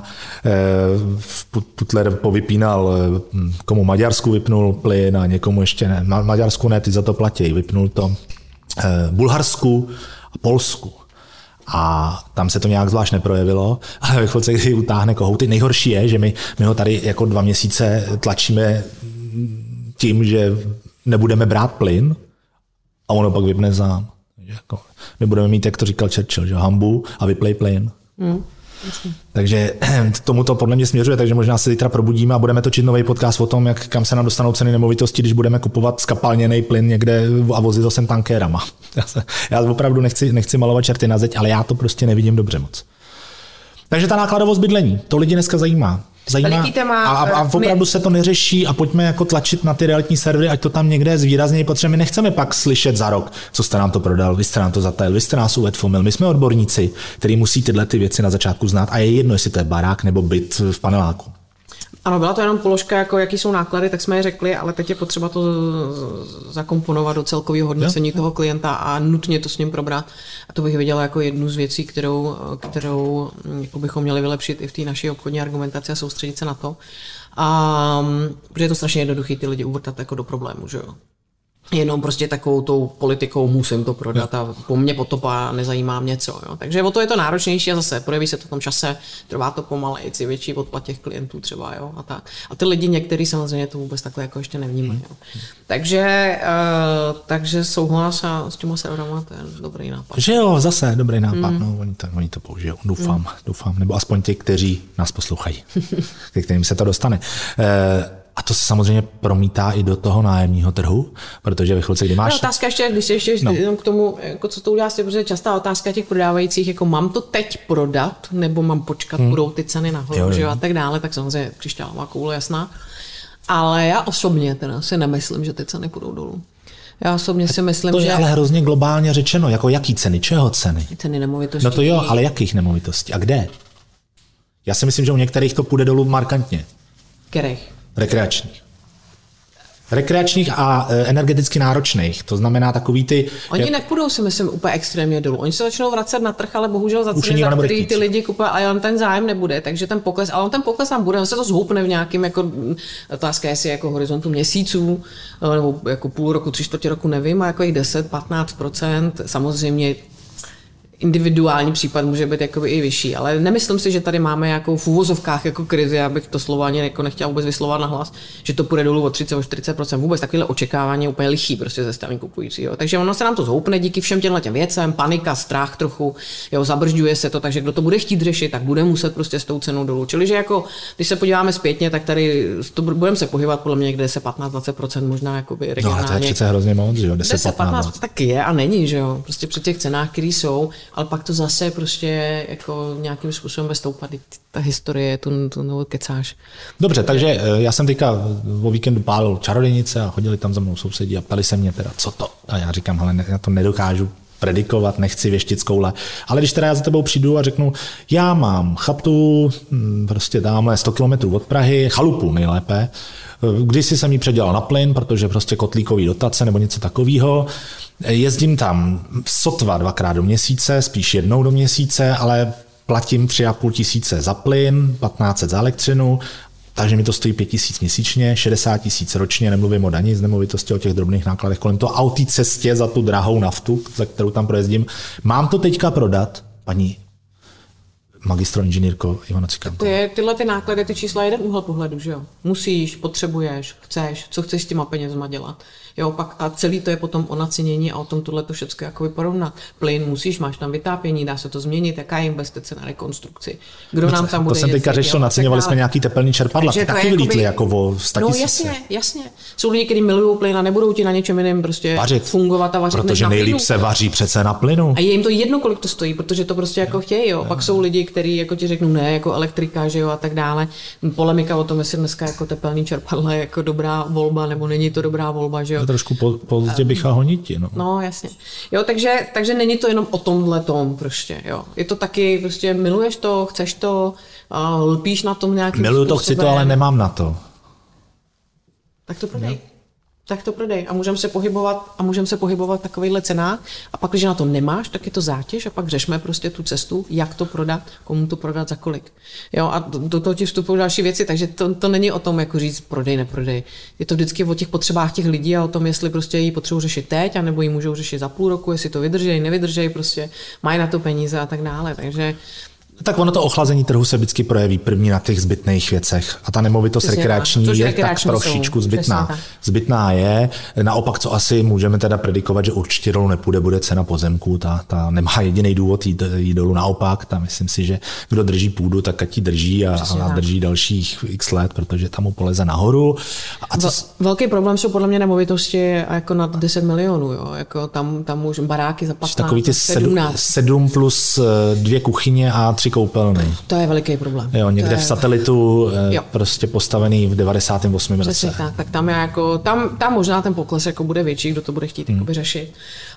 Putler povypínal, komu Maďarsku vypnul plyn a někomu ještě ne. Maďarsku ne, ty za to platí. Vypnul to Bulharsku a Polsku. A tam se to nějak zvlášť neprojevilo, ale ve chvilce, kdy utáhne kohouty. Nejhorší je, že my, my ho tady jako dva měsíce tlačíme tím, že nebudeme brát plyn a ono pak vypne sám. Jako, my budeme mít, jak to říkal Churchill, že hambu a vyplej plyn. Hmm. Takže k tomu to podle mě směřuje, takže možná se zítra probudíme a budeme točit nový podcast o tom, jak kam se nám dostanou ceny nemovitosti, když budeme kupovat skapalněný plyn někde a vozit to sem tankérama. Já, se, já opravdu nechci, nechci malovat čerty na zeď, ale já to prostě nevidím dobře moc. Takže ta nákladovost bydlení, to lidi dneska zajímá. Zajímá a, a opravdu se to neřeší a pojďme jako tlačit na ty realitní servery, ať to tam někde zvýrazněji, protože my nechceme pak slyšet za rok, co jste nám to prodal, vy jste nám to zatajil, vy jste nás uvedl v omyl. My jsme odborníci, kteří musí tyhle ty věci na začátku znát a je jedno, jestli to je barák nebo byt v paneláku. Ano, byla to jenom položka, jako jaký jsou náklady, tak jsme je řekli, ale teď je potřeba to zakomponovat do celkového hodnocení toho klienta a nutně to s ním probrat. A to bych viděla jako jednu z věcí, kterou, kterou jako bychom měli vylepšit i v té naší obchodní argumentaci a soustředit se na to. A, protože je to strašně jednoduché ty lidi uvrtat jako do problému, že jo. Jenom prostě takovou tou politikou musím to prodat a po mně potopa, nezajímá mě co. Jo. Takže o to je to náročnější a zase projeví se to v tom čase, trvá to pomaleji, je větší odplat těch klientů třeba. Jo, a, tak. A ty lidi některý samozřejmě to vůbec takhle jako ještě nevnímají. Jo. Takže, uh, takže souhlas a s těma serverama to je dobrý nápad. Že jo, zase dobrý nápad, mm. no, oni, to, oni to použijou, doufám, mm. doufám, nebo aspoň ti, kteří nás poslouchají, ke kterým se to dostane. Uh, A to se samozřejmě promítá i do toho nájemního trhu, protože ve chvilce, kdy máš... No, otázka ještě, když se ještě no. k tomu, jako co to udělá, protože častá otázka těch prodávajících, jako mám to teď prodat, nebo mám počkat, hmm. budou ty ceny nahoru, jo, jo. a tak dále, tak samozřejmě křišťálová koule jasná. Ale já osobně teda si nemyslím, že ty ceny půjdou dolů. Já osobně si myslím, to je že... ale hrozně globálně řečeno, jako jaký ceny, čeho ceny? Ceny nemovitostí. No to jo, ale jakých nemovitostí a kde? Já si myslím, že u některých to půjde dolů markantně. Kterých? Rekreačních. Rekreačních a e, energeticky náročných. To znamená takový ty... Oni jak... nepůjdou si myslím úplně extrémně dolů. Oni se začnou vracet na trh, ale bohužel za ceny, za který ty lidi kupují, ale on ten zájem nebude. Takže ten pokles, ale on ten pokles tam bude, on se to zhoupne v nějakým jako otázka, jestli jako horizontu měsíců, nebo jako půl roku, tři čtvrtě roku, nevím, a jako jich deset patnáct procent. Samozřejmě individuální případ může být jakoby i vyšší, ale nemyslím si, že tady máme jako v úvozovkách jako krizi, abych to slovo ani jako nechtěla vůbec vyslovat na hlas, že to půjde dolů o třicet až čtyřicet procent. Vůbec takovéhle očekávání je úplně lichý prostě ze strany kupujícího. Takže ono se nám to zhoupne díky všem těmhle těm věcem, panika, strach trochu, jo, zabržďuje se to, takže kdo to bude chtít řešit, tak bude muset prostě s tou cenou dolů. Čili že jako když se podíváme zpětně, tak tady to budeme se pohybovat podle mě někde deset patnáct dvacet procent možná jakoby regionálně. No, to je přece hrozně moc, že jo, deset patnáct tak je a není, že jo. Prostě při těch cenách, které jsou, ale pak to zase prostě jako nějakým způsobem stoupat. Ta historie, tu, tu novou kecáš. Dobře, takže já jsem teďka o víkendu pálil čarodějnice a chodili tam za mnou sousedí a ptali se mě teda, co to? A já říkám, hele, já to nedokážu predikovat, nechci věštit z koule. Ale když teda já za tebou přijdu a řeknu, já mám chatu, prostě tamhle sto kilometrů od Prahy, chalupu nejlépe, kdysi jsem ji předělal na plyn, protože prostě kotlíkový dotace nebo něco takového. Jezdím tam sotva dvakrát do měsíce, spíš jednou do měsíce, ale platím tři a půl tisíce za plyn, patnáct set za elektřinu, takže mi to stojí pět tisíc měsíčně, šedesát tisíc ročně, nemluvím o daní z nemovitosti, o těch drobných nákladech kolem toho a o té cestě za tu drahou naftu, za kterou tam projezdím. Mám to teďka prodat, paní magistro inženýrko Ivano Cikanto. Ty, tyhle ty náklady, ty čísla, jeden úhel pohledu, že jo? Musíš, potřebuješ, chceš, co chceš s těma penězma dělat. Jo, pak a celý to je potom o nacenění a o tom tohle to všechno jako porovnat. Plyn musíš, máš tam vytápění, dá se to změnit, jaká je investice na rekonstrukci. Kdo no nám tam to, bude to jsem teďka řešil, naceňovali jsme nějaký tepelný čerpadla, ty taky vylítly jako o sto tisíc. No jasně, jasně. Jsou lidi, kteří milují plyn a nebudou ti na něčem jiném prostě vařit. fungovat a vařit. Protože nejlíp se vaří přece na plynu. A je jim to jedno, kolik to stojí, protože to prostě jako chtějí, jo. Pak jsou lidi, kteří jako ti řeknou ne, jako elektrika, že jo, a tak dále. Polemika o tom, jestli dneska jako tepelný čerpadla je jako dobrá volba nebo není to dobrá volba, že jo. Trošku po, pozdě bycha honiti, no. No, jasně. Jo, takže, takže není to jenom o tomhle tom prostě, jo. Je to taky prostě miluješ to, chceš to, uh, lpíš na tom nějakým Miluju způsobem. to, chci to, ale nemám na to. Tak to prodej. No. Tak to prodej a můžeme se pohybovat a můžeme se pohybovat v takovejhle cenách a pak, když na to nemáš, tak je to zátěž a pak řešme prostě tu cestu, jak to prodat, komu to prodat, za kolik. Jo, a do toho ti vstupují další věci, takže to, to není o tom, jako říct prodej, neprodej. Je to vždycky o těch potřebách těch lidí a o tom, jestli prostě ji potřebují řešit teď, anebo ji můžou řešit za půl roku, jestli to vydržej, nevydržej, prostě mají na to peníze a tak dále. Takže Tak ono to ochlazení trhu se vždycky projeví první na těch zbytných věcech. A ta nemovitost Přesně rekreační tak. je rekreační tak trošičku zbytná. Zbytná je. Naopak, co asi můžeme teda predikovat, že určitě dolů nepůjde, bude cena pozemků. Ta, ta nemá jediný důvod jít, jít dolů. Naopak, tam myslím si, že kdo drží půdu, tak ať ji drží a, a drží dalších x let, protože tam mu poleze nahoru. A co... Velký problém jsou podle mě nemovitosti jako nad deset milionů. Jo? Jako tam, tam už baráky za patnáct, takový ty sedm plus dvě kuchyně a tři koupelny. To je veliký problém. Jo, někde je... v satelitu jo. prostě postavený v devadesátém osmém roce. Tak, tak tam, je jako, tam, tam možná ten pokles jako bude větší, kdo to bude chtít hmm. řešit.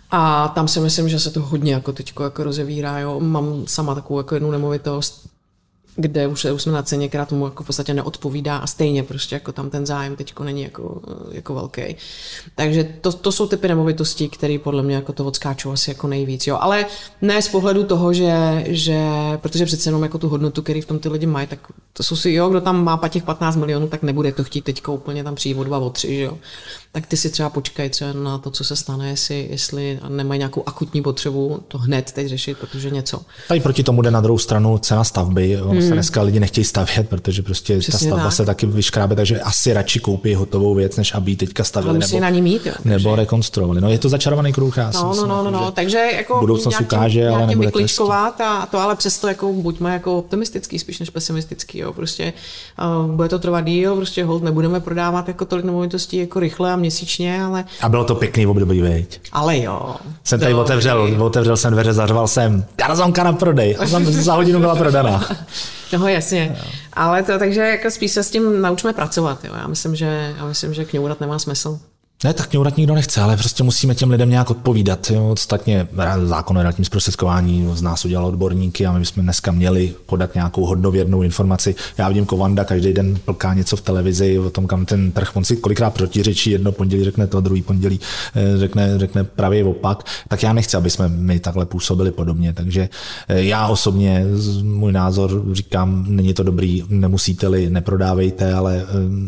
A tam si myslím, že se to hodně jako teďko jako rozevírá. Jo. Mám sama takovou jako jednu nemovitost, kde už, už jsme na ceně, která tomu jako v podstatě neodpovídá a stejně prostě jako tam ten zájem teďko není jako, jako velký. Takže to, to jsou typy nemovitostí, které podle mě jako to odskáčou asi jako nejvíc. Jo. Ale ne z pohledu toho, že, že protože přece jenom jako tu hodnotu, který v tom ty lidi mají, tak to jsou si, jo, kdo tam má těch patnáct milionů, tak nebude to chtít teďko úplně tam přijít o dva, o tři, že jo. Tak ty si třeba počkej třeba na to, co se stane, jestli, jestli nemají nějakou akutní potřebu to hned teď řešit, protože něco. Tady proti tomu jde na druhou stranu cena stavby. Ono hmm. se dneska lidi nechtějí stavět, protože prostě Přesně ta stavba tak. se taky vyškrábe, takže asi radši koupí hotovou věc, než aby teďka stavili nebo, na ní mít, jo, nebo rekonstruovali. No je to začarovaný kruh, já no, myslím, no, no, no, takže jako budoucnost ukáže, ale nebude vykličkovat a to ale přesto jako buďme jako optimistický spíš než pesimistický, jo. Prostě uh, bude to trvat díl, prostě hold nebudeme prodávat jako tolik nemovitostí jako rychle a měsíčně, ale a bylo to pěkný období, veď. Ale jo. Jsem tady otevřel, otevřel jsem dveře, zařval jsem garzonka na prodej a za hodinu byla prodaná. No jasně, no. Ale to, takže jako spíš se s tím naučíme pracovat. Jo. Já myslím, že, já myslím, že kňourat nemá smysl. Ne, tak kňourat nikdo nechce, ale prostě musíme těm lidem nějak odpovídat. Jo. Ostatně zákon o realitním zprostředkování z nás udělal odborníky a my jsme dneska měli podat nějakou hodnověrnou informaci. Já vidím Kovanda, každý den plká něco v televizi o tom, kam ten trh, on si kolikrát protiřečí, jedno pondělí řekne to, druhý pondělí řekne, řekne pravý opak. Tak já nechci, aby jsme my takhle působili podobně. Takže já osobně, můj názor říkám, není to dobrý, nemusíte-li, neprodávejte, ale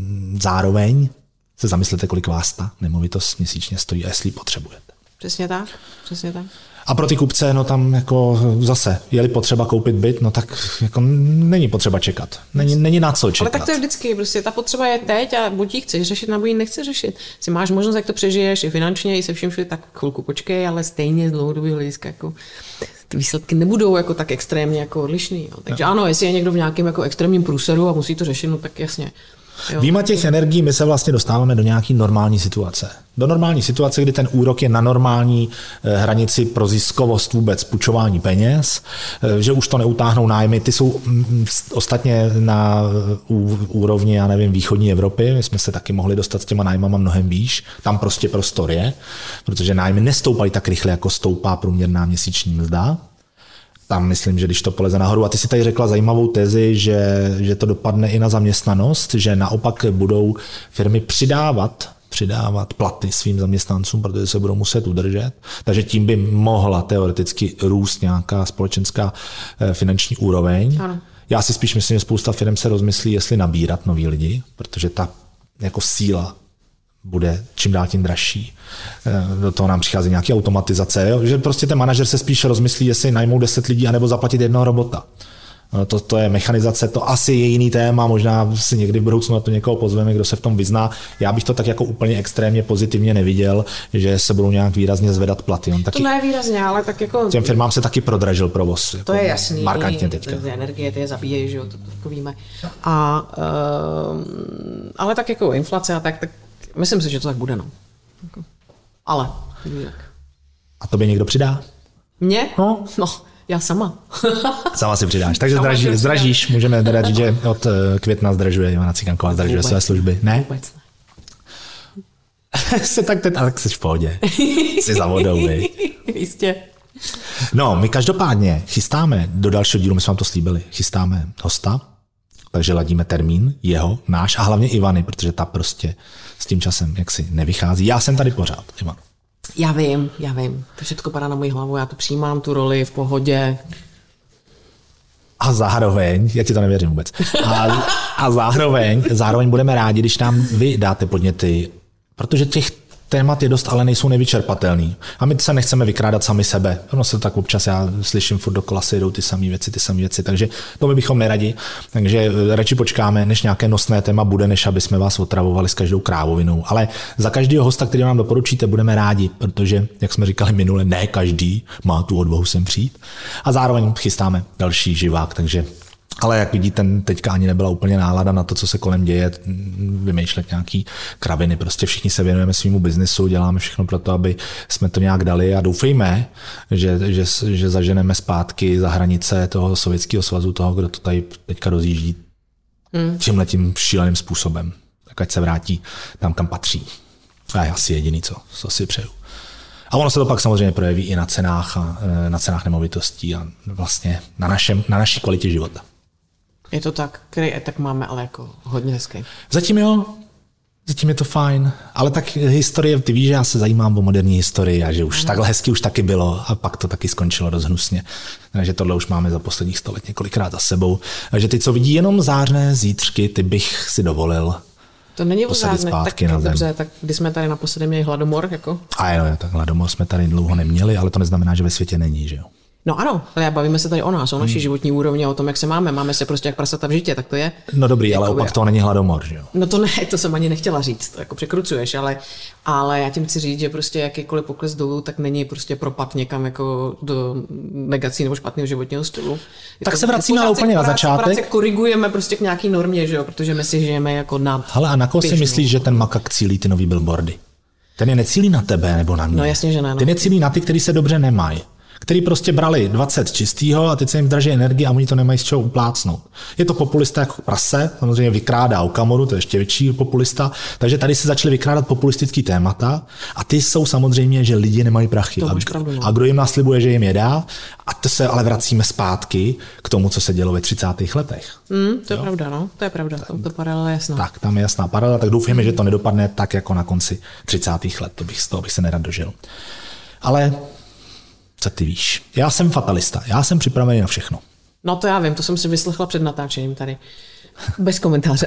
zároveň se zamyslete, kolik vás ta nemovitost měsíčně stojí a jestli ji potřebujete. Přesně tak, přesně tak. A pro ty kupce, no tam jako zase, je-li potřeba koupit byt, no tak jako není potřeba čekat. Není, není na co čekat. Ale tak to je vždycky, prostě ta potřeba je teď a buď ji chceš řešit, nebo ji nechceš řešit. Si máš možnost, jak to přežiješ i finančně, i se vším všude, tak chvilku počkej, ale stejně z dlouhodobého hlediska jako ty výsledky nebudou jako tak extrémně jako odlišný. Jo. Takže ano, jestli je někdo v nějakém jako extrémním průseru a musí to řešit, no tak jasně. Výjima těch energií my se vlastně dostáváme do nějaký normální situace. Do normální situace, kdy ten úrok je na normální hranici pro ziskovost vůbec půjčování peněz, že už to neutáhnou nájmy. Ty jsou ostatně na úrovni, já nevím, východní Evropy. My jsme se taky mohli dostat s těma nájmama mnohem výš. Tam prostě prostor je, protože nájmy nestoupají tak rychle, jako stoupá průměrná měsíční mzda. Tam myslím, že když to poleze nahoru. A ty si tady řekla zajímavou tezi, že, že to dopadne i na zaměstnanost, že naopak budou firmy přidávat, přidávat platy svým zaměstnancům, protože se budou muset udržet. Takže tím by mohla teoreticky růst nějaká společenská finanční úroveň. Ano. Já si spíš myslím, že spousta firm se rozmyslí, jestli nabírat nový lidi, protože ta jako síla bude čím dál tím dražší. Do toho nám přichází nějaké automatizace, jo? Že prostě ten manažer se spíš rozmyslí, jestli najmou deset lidí, anebo zaplatit jednoho robota. No to, to je mechanizace, to asi je jiný téma, možná si někdy v budoucnu na to někoho pozveme, kdo se v tom vyzná. Já bych to tak jako úplně extrémně pozitivně neviděl, že se budou nějak výrazně zvedat platy. On taky, to ne výrazně, ale tak jako... Těm firmám se taky prodražil provoz. To jako je jasný, markantně teďka. Ty energie, ty je zabíjejí, že jo, to, to víme. A, uh, ale tak jako inflace a tak, tak myslím si, že to tak bude, no. Ale, jinak. A tobě někdo přidá? Mně? No. No, já sama. Sama si přidáš. Takže zdraží, zdražíš, můžeme teda říct, že od května zdražuje Ivana Ciganková, zdražuje vůbec své služby. Ne? Vůbec ne. se tak, teď, tak jsi v pohodě. Jsi za vodou, vej. Jistě. No, my každopádně chystáme do dalšího dílu, my jsme vám to slíbili, chystáme hosta, takže ladíme termín jeho, náš a hlavně Ivany, protože ta prostě s tím časem jaksi nevychází. Já jsem tady pořád, Ivan. Já vím, já vím. To všechno padá na moji hlavu, já to přijímám, tu roli v pohodě. A zároveň, já ti to nevěřím vůbec, a, a zároveň, zároveň budeme rádi, když nám vy dáte podněty, protože těch témat je dost, ale nejsou nevyčerpatelný. A my se nechceme vykrádat sami sebe. Ono se tak občas, já slyším, furt dokola se jdou ty samé věci, ty samé věci, takže to my bychom neradi. Takže radši počkáme, než nějaké nosné téma bude, než aby jsme vás otravovali s každou krávovinou. Ale za každého hosta, který nám doporučíte, budeme rádi, protože, jak jsme říkali minule, ne každý má tu odvahu sem přijít. A zároveň chystáme další živák, takže ale jak vidíte, teďka ani nebyla úplně nálada na to, co se kolem děje, vymýšlet nějaký kraviny. Prostě všichni se věnujeme svýmu biznesu, děláme všechno pro to, aby jsme to nějak dali a doufejme, že, že, že zaženeme zpátky za hranice toho Sovětského svazu, toho, kdo to tady teďka rozjíždí hmm. tímhletím šíleným způsobem. Tak ať se vrátí tam, kam patří. A je asi jediný, co, co si přeju. A ono se to pak samozřejmě projeví i na cenách, a, na cenách nemovitostí a vlastně na, našem, na naší kvalitě života. Je to tak, který tak máme, ale jako hodně hezký. Zatím jo, zatím je to fajn, ale tak historie, ty víš, že já se zajímám o moderní historii a že už ano. takhle hezky už taky bylo a pak to taky skončilo dost hnusně. Takže tohle už máme za posledních sto let několikrát za sebou. Takže ty, co vidí jenom zářné zítřky, ty bych si dovolil to není posadit zpátky tak, na zem. Dobře, tak když jsme tady naposledy měli hladomor, jako? A jo, tak hladomor jsme tady dlouho neměli, ale to neznamená, že ve světě není, že jo? No ano, ale bavíme se tady o nás, o naší hmm. životní úrovni, o tom, jak se máme. Máme se prostě jak prasata v žitě, tak to je. No dobrý, ale opak toho není hladomor, že jo? No to ne, to jsem ani nechtěla říct, to jako překrucuješ, ale, ale já tím chci říct, že prostě jakýkoliv pokles dolů, tak není prostě propad někam jako do negací nebo špatného životního stylu. Tak se vracíme ale úplně na začátek. Práce korigujeme prostě k nějaký normě, že jo, protože my si žijeme jako nad. Hele, a na koho si myslíš, že ten makak cílí ty nový billboardy? Ten je necílí na tebe nebo na mě. No jasně, že ne. No. Ten je cílí na ty, kteří se dobře nemají. Který prostě brali dvacet čistýho a teď se jim draží energie a oni to nemají z čeho uplácnout. Je to populista jako prase, samozřejmě vykrádá Okamoru, to je ještě větší populista, takže tady se začaly vykrádat populistický témata a ty jsou samozřejmě, že lidi nemají prachy. A, pravdu, no. a kdo jim naslibuje, že jim je dá, a to se ale vracíme zpátky k tomu, co se dělo ve třicátých letech. Mm, to je jo? pravda, no, to je pravda, tam to paralela je jasná. Tak, tam je jasná paralela, tak doufujeme, mm. že to nedopadne tak jako na konci třicátých let, to bych, z toho bych se nerad dožil. Ale co ty víš? Já jsem fatalista, já jsem připravený na všechno. No to já vím, to jsem si vyslechla před natáčením tady. Bez komentáře.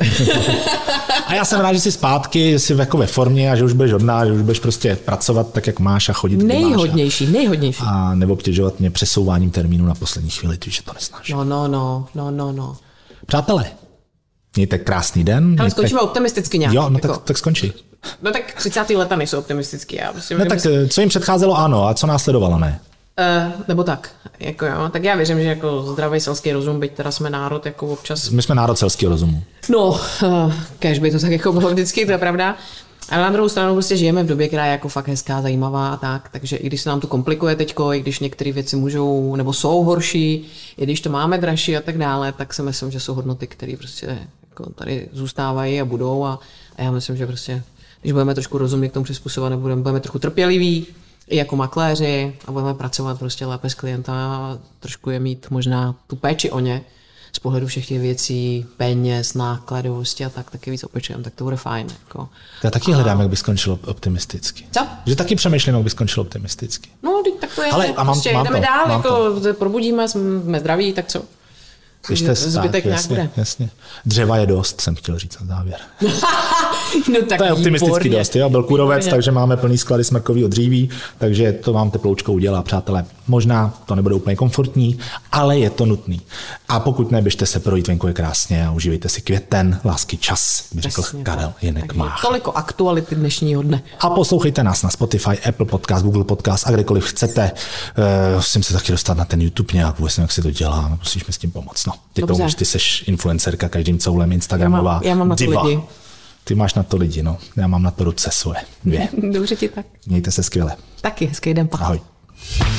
A já jsem rád, že jsi zpátky, že jsi jako ve formě a že už budeš hodná, že už budeš prostě pracovat tak, jak máš a chodit, kde nejhodnější, máš. A, nejhodnější. A nebo obtěžovat mě přesouváním termínu na poslední chvíli, ty, že to neznáš. No, no, no, no, no, no. Přátelé, mějte krásný den. Ale skončíme optimisticky nějak. Jo, no jako. tak, tak skončí. No tak třicátá leta nejsou optimistický. Já prostě no tak myslím... co jim předcházelo ano a co následovalo ne? Uh, nebo tak, jako jo, tak já věřím, že jako zdravý selský rozum, byť teda jsme národ jako občas. My jsme národ selského rozumu. No, uh, kéž by to tak jako bylo vždycky, to je pravda. Ale na druhou stranu prostě žijeme v době, která je jako fakt hezká, zajímavá a tak, takže i když se nám to komplikuje teďko, i když některé věci můžou nebo jsou horší, i když to máme dražší a tak dále, tak si myslím, že jsou hodnoty, které prostě jako tady zůstávají a budou a, a já myslím, že prostě, když budeme trošku rozumně k tomu přizpůsobovat, budeme, budeme trochu trpěliví, i jako makléři a budeme pracovat prostě lépe s klientama a trošku je mít možná tu péči o ně z pohledu všech těch věcí, peněz, nákladovosti a tak, taky víc opečujeme, tak to bude fajn. Jako. Já taky a... hledám, jak by skončilo optimisticky. Co? Že taky přemýšlím, jak by skončilo optimisticky. No, tak to je, ale, a mám, prostě mám jdeme to, dál, mám jako to. probudíme, jsme zdraví, tak co? Běžte zbytek tak, jasně, bude. Jasně. Dřeva je dost, jsem chtěl říct na závěr. No, tak to je optimistický dost. Jo? Byl kůrovec, takže máme plný sklady smrkového dříví, takže to vám teploučko udělá, přátelé. Možná to nebude úplně komfortní, ale je to nutný. A pokud ne, běžte se projít, venku je krásně a užívejte si květen, lásky čas, by řekl Přesně, Karel Jinek Mách. Toliko aktuality dnešního dne. A poslouchejte nás na Spotify, Apple Podcast, Google Podcast a kdekoliv chcete. Uh, musím se taky dostat na ten YouTube nějak, vůbec nevím, jak se to dělá, musíš mi s tím pomoct. No, ty to umíš, ty seš influencerka každým coulem, instagramová já mám, já mám na to diva. Lidi. Ty máš na to lidi, no. Já mám na to ruce svoje. Dvě. Dobře ti tak. Mějte se skvěle. Taky hezký den, pa. Ahoj.